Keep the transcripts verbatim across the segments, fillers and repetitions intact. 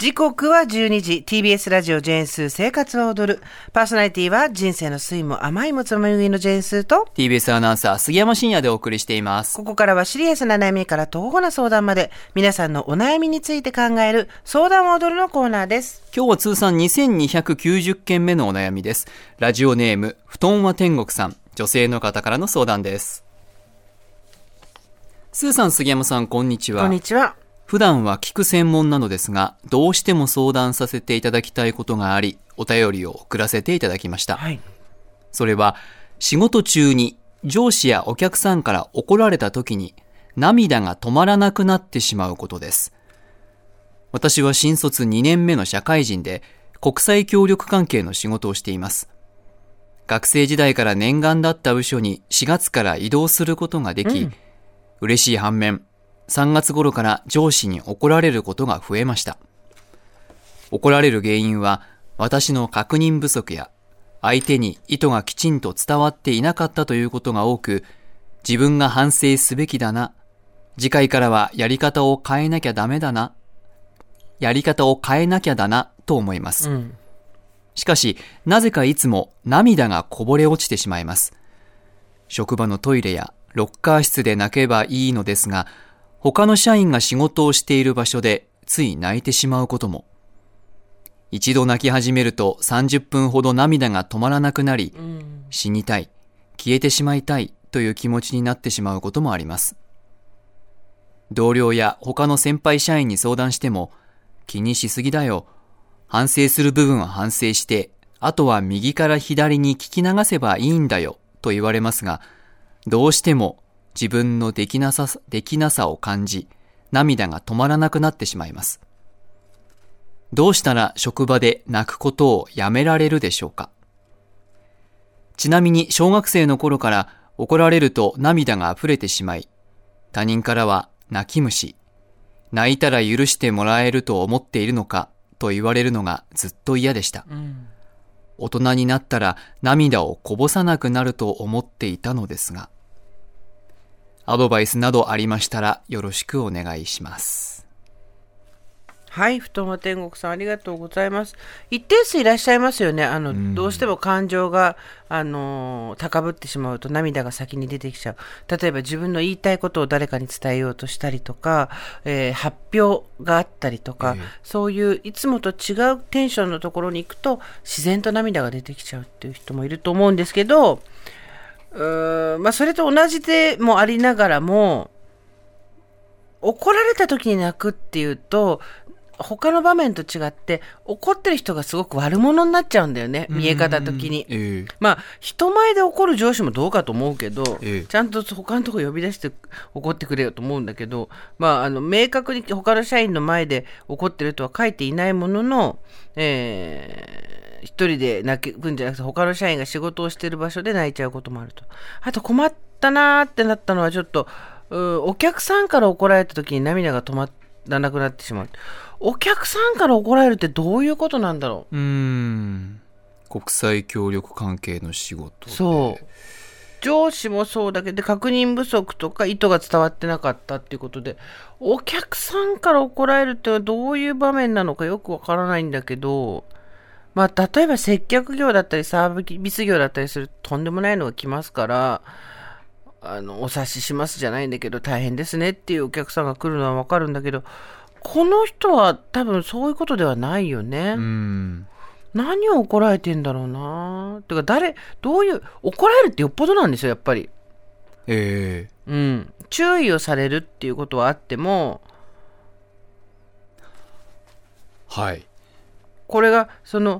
時刻はじゅうにじ、ティービーエス ラジオジェーンスー生活は踊る。パーソナリティは人生の酸いも甘いもつまみ食いのジェーンスーとティービーエス アナウンサー杉山真也でお送りしています。 ここからはシリアスな悩みから徒歩な相談まで皆さんのお悩みについて考える相談は踊るのコーナーです。 今日は通算にせんにひゃくきゅうじゅっけんめのお悩みです。ラジオネーム布団は天国さん、女性の方からの相談です。スーさん、杉山さん、こんにちは。 こんにちは。 普段は聞く専門なのですが、どうしても相談させていただきたいことがあり、お便りを送らせていただきました。 はい、 それは、仕事中に上司やお客さんから怒られた時に涙が止まらなくなってしまうことです。私は新卒にねんめの社会人で、国際協力関係の仕事をしています。学生時代から念願だった部署にしがつから異動することができ、うん、嬉しい反面、さんがつ頃から上司に怒られることが増えました。怒られる原因は私の確認不足や相手に意図がきちんと伝わっていなかったということが多く、自分が反省すべきだな、次回からはやり方を変えなきゃダメだな、やり方を変えなきゃだなと思います。うん、しかしなぜかいつも涙がこぼれ落ちてしまいます。職場のトイレやロッカー室で泣けばいいのですが、他の社員が仕事をしている場所でつい泣いてしまうことも。一度泣き始めるとさんじゅっぷんほど涙が止まらなくなり、うん、死にたい、消えてしまいたいという気持ちになってしまうこともあります。同僚や他の先輩社員に相談しても、気にしすぎだよ、反省する部分は反省して、あとは右から左に聞き流せばいいんだよと言われますが、どうしても自分のできなさ、できなさを感じ、涙が止まらなくなってしまいます。どうしたら職場で泣くことをやめられるでしょうか。ちなみに小学生の頃から怒られると涙が溢れてしまい、他人からは泣き虫、泣いたら許してもらえると思っているのかと言われるのがずっと嫌でした。うん、大人になったら涙をこぼさなくなると思っていたのですが、アドバイスなどありましたらよろしくお願いします。 はい、布団は天国さん、ありがとうございます。一定数いらっしゃいますよね。あの、うん、どうしても感情が、あのー、高ぶってしまうと涙が先に出てきちゃう。例えば自分の言いたいことを誰かに伝えようとしたりとか、えー、発表があったりとか、えー、そういういつもと違うテンションのところに行くと自然と涙が出てきちゃうっていう人もいると思うんですけど、うーん、まあ、それと同じでもありながらも、怒られた時に泣くっていうと他の場面と違って怒ってる人がすごく悪者になっちゃうんだよね、見え方的に、えー、まあ人前で怒る上司もどうかと思うけど、えー、ちゃんと他のとこ呼び出して怒ってくれよと思うんだけど、まああの明確に他の社員の前で怒ってるとは書いていないものの、えー一人で泣くんじゃなくて他の社員が仕事をしている場所で泣いちゃうこともあると。あと困ったなーってなったのはちょっとお客さんから怒られた時に涙が止まらなくなってしまう。お客さんから怒られるってどういうことなんだろう。 うーん、国際協力関係の仕事で、 そう上司もそうだけど確認不足とか意図が伝わってなかったっていうことで、お客さんから怒られるってのはどういう場面なのかよくわからないんだけど、まあ、例えば接客業だったりサービス業だったりするととんでもないのが来ますから、あのお察ししますじゃないんだけど大変ですねっていうお客さんが来るのはわかるんだけど、この人は多分そういうことではないよね。うん、何を怒られてんだろうな。てか誰どういう怒られるってよっぽどなんですよやっぱり。 えーうん、注意をされるっていうことはあっても、 はい、 これがその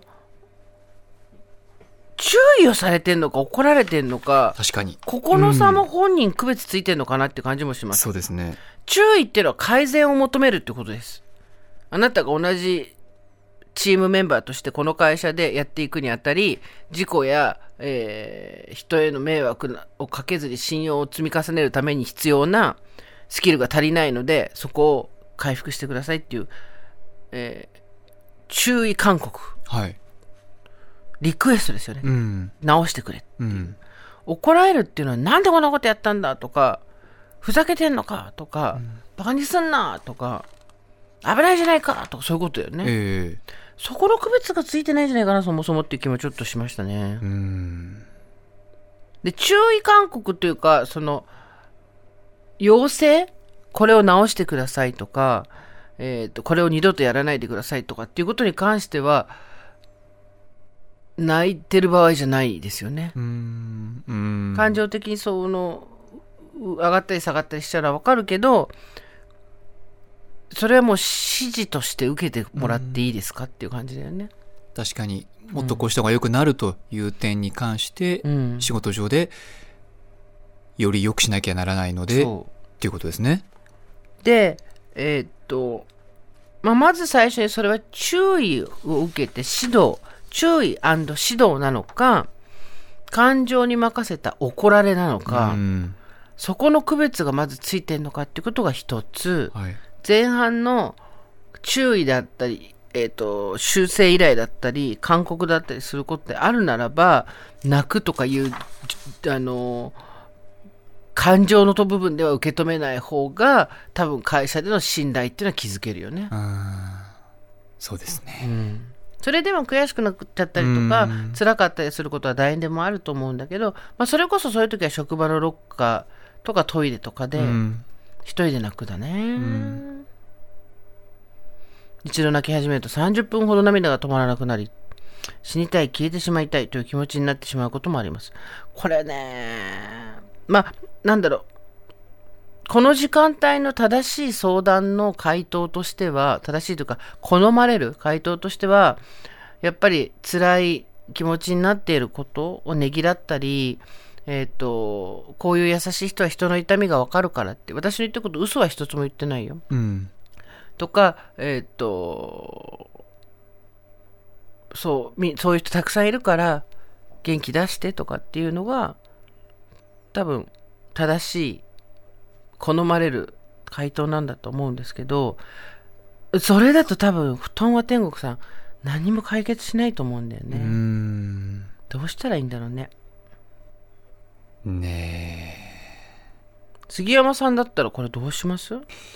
注意をされてんのか怒られてんのか、 確かにここの差も本人区別ついてんのかなって感じもします。 そうですね。 注意っていうのは改善を求めるってことです。あなたが同じチームメンバーとしてこの会社でやっていくにあたり、事故や、えー、人への迷惑をかけずに信用を積み重ねるために必要なスキルが足りないので、そこを回復してくださいっていう、えー、注意勧告、 はい、 リクエストですよね、 うん、 直してくれっていう、 うん、 怒られるっていうのはなんでこんなことやったんだとか、ふざけてんのかとか、うん、バカにすんなとか、 危ないじゃないかとかそういうことだよね、 ええ、 そこの区別がついてないんじゃないかなそもそもっていう気もちょっとしましたね。 うーん、 で注意勧告というかその要請これを直してくださいとか、えーと、これを二度とやらないでくださいとかっていうことに関しては泣いてる場合じゃないですよね。 うーん、うーん、 感情的にその上がったり下がったりしたら分かるけど、それはもう指示として受けてもらっていいですかっていう感じだよね。 確かにもっとこうした方が良くなるという点に関して、 うん、 仕事上でより良くしなきゃならないのでっていうことですね。 で、えーっと、まあ、まず最初にそれは注意を受けて指導、注意&指導なのか、感情に任せた怒られなのか、 うん、 そこの区別がまずついてるのかっていうことが一つ、 はい、 前半の注意だったり、えーと、修正依頼だったり勧告だったりすることであるならば、泣くとかいうあの感情のと部分では受け止めない方が多分会社での信頼っていうのは築けるよね。 あ、そうですね、 うん、それでも悔しくなっちゃったりとか辛かったりすることは誰にでもあると思うんだけど、まあ、それこそそういう時は職場のロッカーとかトイレとかで一人で泣くだね、うん、一度泣き始めるとさんじゅっぷんほど涙が止まらなくなり、死にたい、消えてしまいたいという気持ちになってしまうこともあります。これね、まあなんだろう、この時間帯の正しい相談の回答としては、正しいというか好まれる回答としては、やっぱり辛い気持ちになっていることをねぎらったり、えーと、こういう優しい人は人の痛みが分かるからって、私の言ったこと嘘は一つも言ってないよ、 うん、とか、えーと、そう、そういう人たくさんいるから元気出してとかっていうのが多分正しい好まれる回答なんだと思うんですけど、それだと多分布団は天国さん何も解決しないと思うんだよね。 うーん、 どうしたらいいんだろうね。 ねえ、 杉山さんだったらこれどうします？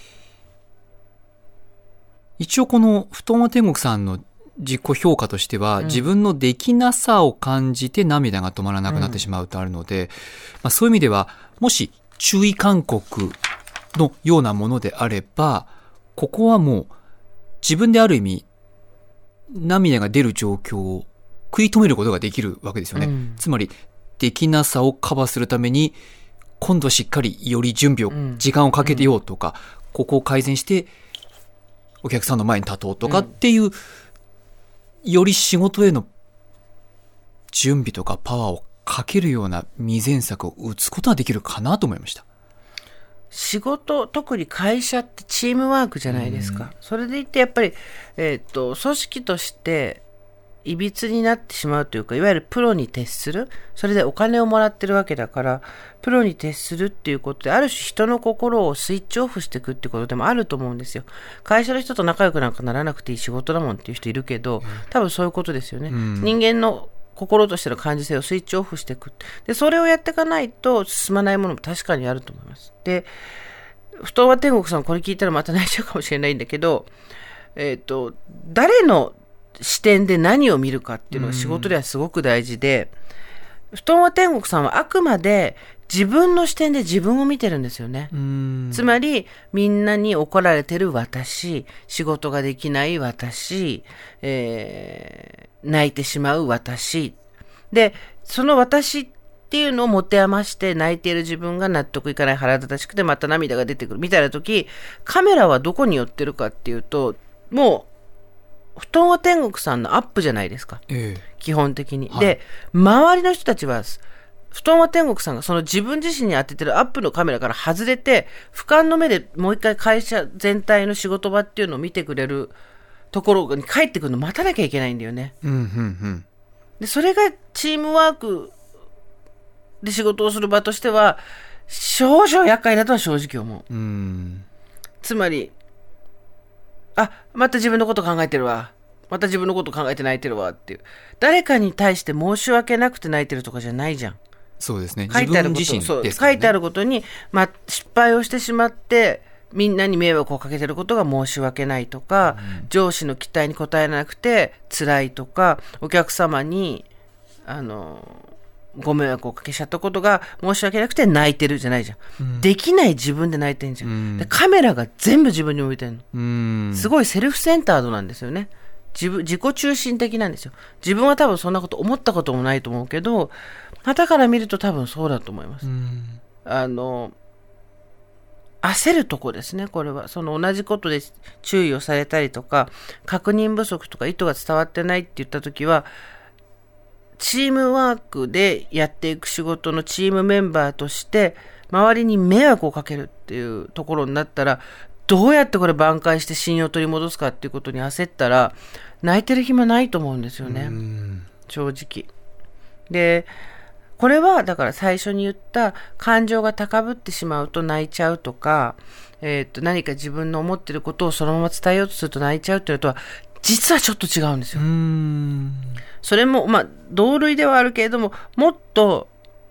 一応この布団は天国さんの自己評価としては、うん、自分のできなさを感じて涙が止まらなくなってしまうとあるので、うん、まあ、そういう意味ではもし注意勧告のようなものであれば、ここはもう自分である意味涙が出る状況を食い止めることができるわけですよね、うん、つまりできなさをカバーするために今度しっかりより準備を、うん、時間をかけてようとか、うん、ここを改善してお客さんの前に立とうとかっていう、うん、より仕事への準備とかパワーをかけるような未然策を打つことができるかなと思いました。 仕事、特に会社ってチームワークじゃないですか、うん、それでいてやっぱり、えーと、組織としていびつになってしまうというか、いわゆるプロに徹する、それでお金をもらってるわけだから、プロに徹するっていうことで、ある種人の心をスイッチオフしていくってことでもあると思うんですよ。会社の人と仲良くなんかならなくていい仕事だもんっていう人いるけど、多分そういうことですよね、うん、人間の心としての感受性をスイッチオフしていく。で、それをやっていかないと進まないものも確かにあると思います。で、布団は天国さんこれ聞いたらまた泣いちゃうかもしれないんだけど、えっと、誰の視点で何を見るかっていうのが仕事ではすごく大事で、布団は天国さんはあくまで自分の視点で自分を見てるんですよね。つまりみんなに怒られてる私、仕事ができない私、えー、泣いてしまう私で、その私っていうのを持て余して泣いている自分が納得いかない、腹立たしくてまた涙が出てくるみたいな時、カメラはどこに寄ってるかっていうと、もう布団は天国さんのアップじゃないですか、ええ、基本的に、はい、で周りの人たちは布団は天国さんがその自分自身に当ててるアップのカメラから外れて、俯瞰の目でもう一回会社全体の仕事場っていうのを見てくれるところに帰ってくるのを待たなきゃいけないんだよね、うんうんうん、でそれがチームワークで仕事をする場としては少々厄介だとは正直思う。うん、つまり、あ、また自分のこと考えてるわ、また自分のこと考えて泣いてるわっていう、誰かに対して申し訳なくて泣いてるとかじゃないじゃん。 そうですね、 書いてあること、 自分自身ですからね。 そう、書いてあることに、まあ、失敗をしてしまってみんなに迷惑をかけてることが申し訳ないとか、うん、上司の期待に応えなくて辛いとか、お客様にあのご迷惑をかけちゃったことが申し訳なくて泣いてるじゃないじゃん、うん、できない自分で泣いてるじゃん、うん、でカメラが全部自分に向いてるの、うん、すごいセルフセンタードなんですよね。自分自己中心的なんですよ。自分は多分そんなこと思ったこともないと思うけど、傍から見ると多分そうだと思います、うん、あの焦るとこですね。これはその同じことで注意をされたりとか、確認不足とか意図が伝わってないって言った時は、チームワークでやっていく仕事のチームメンバーとして周りに迷惑をかけるっていうところになったら、どうやってこれ挽回して信用を取り戻すかっていうことに焦ったら泣いてる暇ないと思うんですよね、正直。でこれはだから最初に言った感情が高ぶってしまうと泣いちゃうとか、えー、と何か自分の思ってることをそのまま伝えようとすると泣いちゃうっていうのとは実はちょっと違うんですよ。うーん、それもまあ同類ではあるけれども、もっと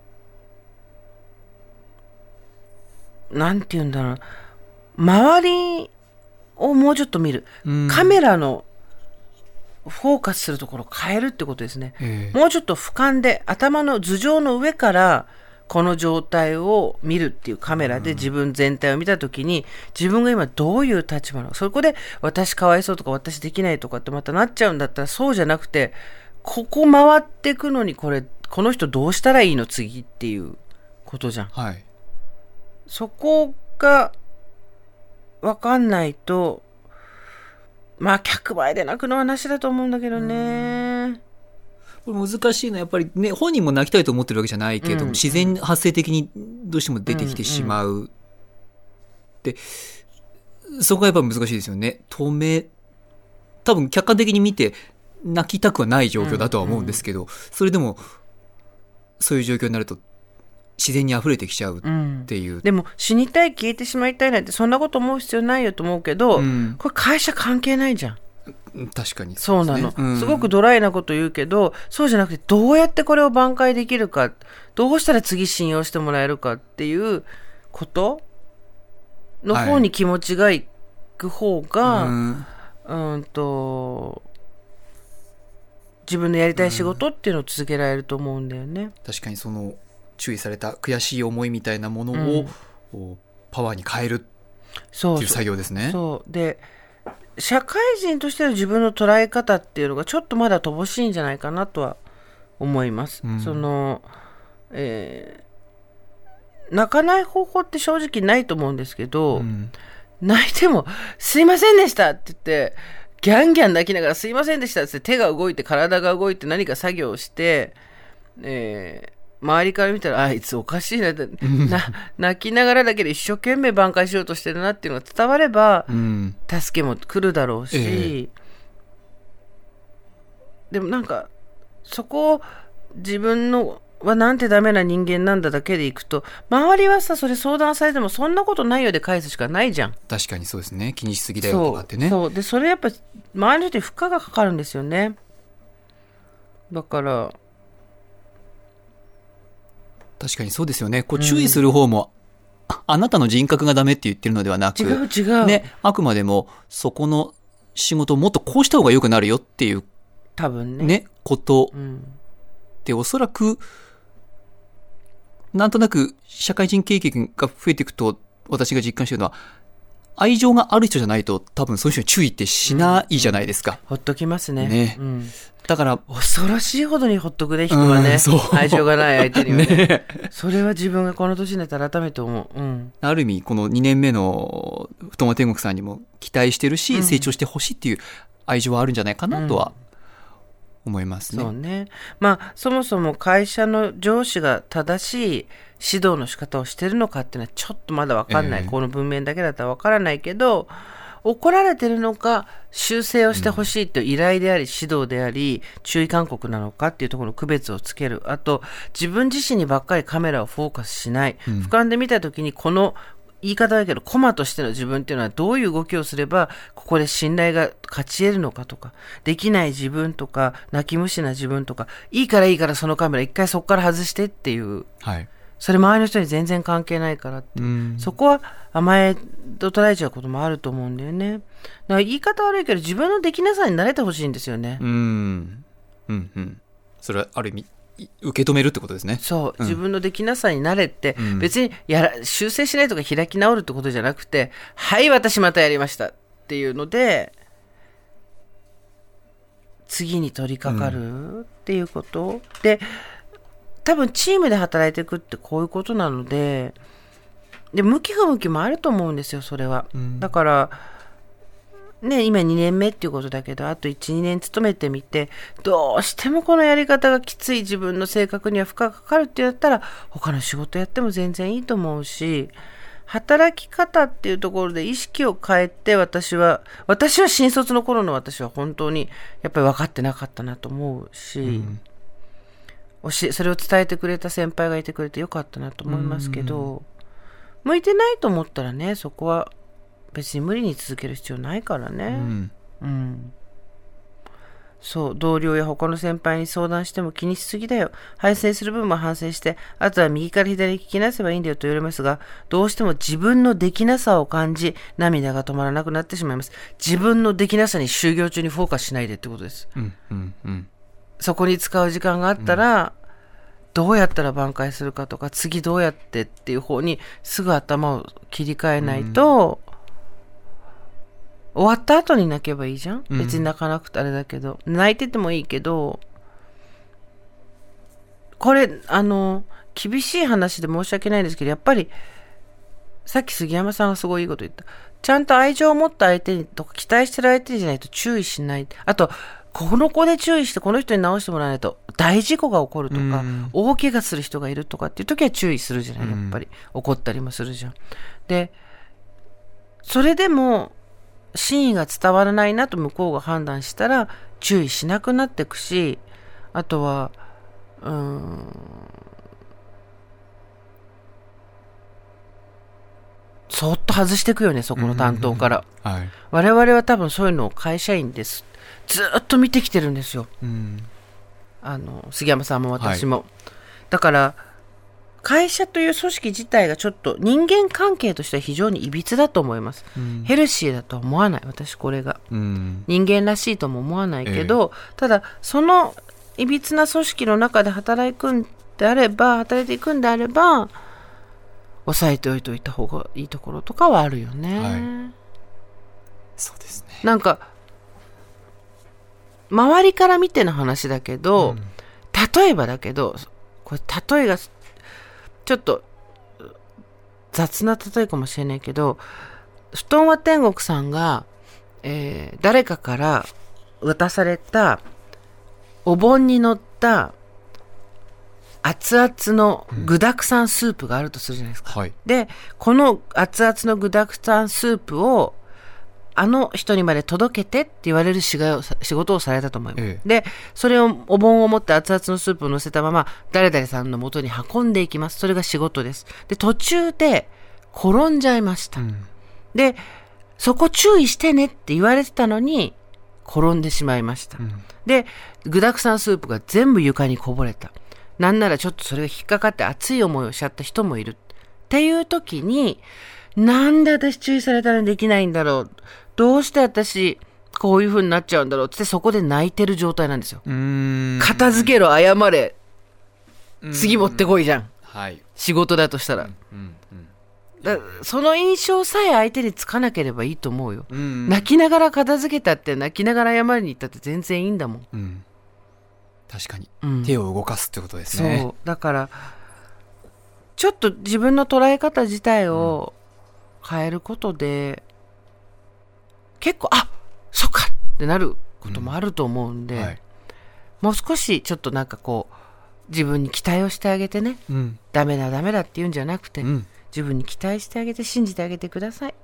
なんて言うんだろう、周りをもうちょっと見る、カメラのフォーカスするところを変えるってことですね、えー、もうちょっと俯瞰で頭の頭上の上からこの状態を見るっていうカメラで自分全体を見たときに、自分が今どういう立場なのか、そこで私かわいそうとか私できないとかってまたなっちゃうんだったら、そうじゃなくてここ回っていくのにこれこの人どうしたらいいの次っていうことじゃん、はい、そこが分かんないと、まあ客前で泣くのはなしだと思うんだけどね。 これ難しいのはやっぱりね、本人も泣きたいと思ってるわけじゃないけど、うん、自然発生的にどうしても出てきてしまう、うんうん、でそこがやっぱ難しいですよね。止め多分客観的に見て泣きたくはない状況だとは思うんですけど、うんうん、それでもそういう状況になると自然に溢れてきちゃうっていう、うん、 でも死にたい消えてしまいたいなんてそんなこと思う必要ないよと思うけど、うん、これ会社関係ないじゃん。 確かにそうなの、うん、すごくドライなこと言うけど、そうじゃなくてどうやってこれを挽回できるか、どうしたら次信用してもらえるかっていうことの方に気持ちがいく方が、はい、うんうんと自分のやりたい仕事っていうのを続けられると思うんだよね、うん、 確かにその注意された悔しい思いみたいなものを、うん、パワーに変えるっていう作業ですね。 そうそうそうで社会人としての自分の捉え方っていうのがちょっとまだ乏しいんじゃないかなとは思います、うん、その、えー、泣かない方法って正直ないと思うんですけど、うん、泣いてもすいませんでしたって言ってギャンギャン泣きながらすいませんでしたって手が動いて体が動いて何か作業をして、えー周りから見たらあいつおかしい な, な泣きながらだけで一生懸命挽回しようとしてるなっていうのが伝われば、うん、助けも来るだろうし、えー、でもなんかそこを自分のはなんてダメな人間なんだだけでいくと、周りはさそれ相談されてもそんなことないようで返すしかないじゃん。 確かにそうですね。気にしすぎだよとかってね。 そうそうでそれやっぱ周りの人に負荷がかかるんですよね。だから確かにそうですよね。こう注意する方も、うん、あなたの人格がダメって言ってるのではなく、 違う違う、 ね、あくまでもそこの仕事をもっとこうした方が良くなるよっていう多分ね、 ねことで、うん、おそらくなんとなく社会人経験が増えていくと私が実感しているのは、愛情がある人じゃないと多分そういう人に注意ってしないじゃないですか、うん、 ほっときますね。 ね、うん、だから恐ろしいほどにほっとくね人はね、うん、愛情がない相手には ね, ねそれは自分がこの年になったら改めて思う、うん、 ある意味このにねんめの太間天国さんにも期待してるし、うん、成長してほしいっていう愛情はあるんじゃないかなとは思いますね、 うん、そうね。まあそもそも会社の上司が正しい指導の仕方をしてるのかっていうのはちょっとまだ分かんない、えー、この文面だけだったら分からないけど、怒られてるのか修正をしてほしいという依頼であり指導であり注意勧告なのかっていうところの区別をつける。あと自分自身にばっかりカメラをフォーカスしない、うん、俯瞰で見た時にこの言い方だけどコマとしての自分っていうのはどういう動きをすればここで信頼が勝ち得るのかとか、できない自分とか泣き虫な自分とか、いいからいいからそのカメラ一回そこから外してっていう、 はい、 それ周りの人に全然関係ないからって、 うん、 そこは甘えと捉えちゃうこともあると思うんだよね。だから言い方悪いけど自分のできなさに慣れてほしいんですよね。 うん、うんうん、それはある意味受け止めるってことですね。 そう、 うん、 自分のできなさに慣れて、うん、別にやら修正しないとか開き直るってことじゃなくて、はい私またやりましたっていうので次に取り掛かるっていうこと、うん、で多分チームで働いていくってこういうことなので、で向き不向きもあると思うんですよそれは、うん、だからね、今にねんめっていうことだけど、あといち、にねん勤めてみて、どうしてもこのやり方がきつい、自分の性格には負荷がかかるってやったら、他の仕事やっても全然いいと思うし、働き方っていうところで意識を変えて、私は、私は新卒の頃の私は本当にやっぱり分かってなかったなと思うし、うん、教え、それを伝えてくれた先輩がいてくれてよかったなと思いますけど、うん、向いてないと思ったらね、そこは、別に無理に続ける必要ないからね、うんうん、そう同僚や他の先輩に相談しても気にしすぎだよ、反省する分も反省してあとは右から左に聞きなせばいいんだよと言われますが、どうしても自分のできなさを感じ涙が止まらなくなってしまいます。自分のできなさに就業中にフォーカスしないでってことです、うんうんうん、そこに使う時間があったら、うん、どうやったら挽回するかとか次どうやってっていう方にすぐ頭を切り替えないと、うん終わった後に泣けばいいじゃん、うん、別に泣かなくてあれだけど泣いててもいいけど、これあの厳しい話で申し訳ないんですけど、やっぱりさっき杉山さんがすごいいいこと言った、ちゃんと愛情を持った相手にとか期待してる相手じゃないと注意しない、あとこの子で注意してこの人に直してもらわないと大事故が起こるとか、うん、大怪我する人がいるとかっていう時は注意するじゃない、やっぱり、うん、怒ったりもするじゃん。でそれでも真意が伝わらないなと向こうが判断したら注意しなくなっていくし、あとはうーんそっと外していくよね、そこの担当から、うんうんうんはい、我々は多分そういうのを会社員ですずっと見てきてるんですよ、うん、あの杉山さんも私も、はい、だから会社という組織自体がちょっと人間関係としては非常にいびつだと思います、うん、ヘルシーだとは思わない私これが、うん、人間らしいとも思わないけど、えー、ただそのいびつな組織の中で働くんであれば働いていくんであれば抑えておいておいた方がいいところとかはあるよね、はい、 そうですね。 なんか周りから見ての話だけど、うん、例えばだけどこれ例えがちょっと雑な例えかもしれないけど、布団は天国さんが、えー、誰かから渡されたお盆に乗った熱々の具沢山スープがあるとするじゃないですか、うんはい、でこの熱々の具沢山スープをあの人にまで届けてって言われる仕事をされたと思います、ええ、でそれをお盆を持って熱々のスープを乗せたまま誰々さんの元に運んでいきます。それが仕事です。で途中で転んじゃいました、うん、でそこ注意してねって言われてたのに転んでしまいました、うん、で具沢山スープが全部床にこぼれた。なんならちょっとそれが引っかかって熱い思いをしちゃった人もいるっていう時に、なんで私注意されたらできないんだろう、どうして私こういう風になっちゃうんだろうってそこで泣いてる状態なんですよ。うーん、片付けろ、謝れ、次持ってこいじゃん、はい、仕事だとしたら、うんうんうん、だその印象さえ相手につかなければいいと思うよ。うんうん、泣きながら片付けたって泣きながら謝りに行ったって全然いいんだもん、うん、 確かに、うん、手を動かすってことですね。 そうだからちょっと自分の捉え方自体を変えることで、うん、結構あそっかってなることもあると思うんで、うんはい、もう少しちょっとなんかこう自分に期待をしてあげてね、うん、ダメだダメだって言うんじゃなくて、うん、自分に期待してあげて信じてあげてください。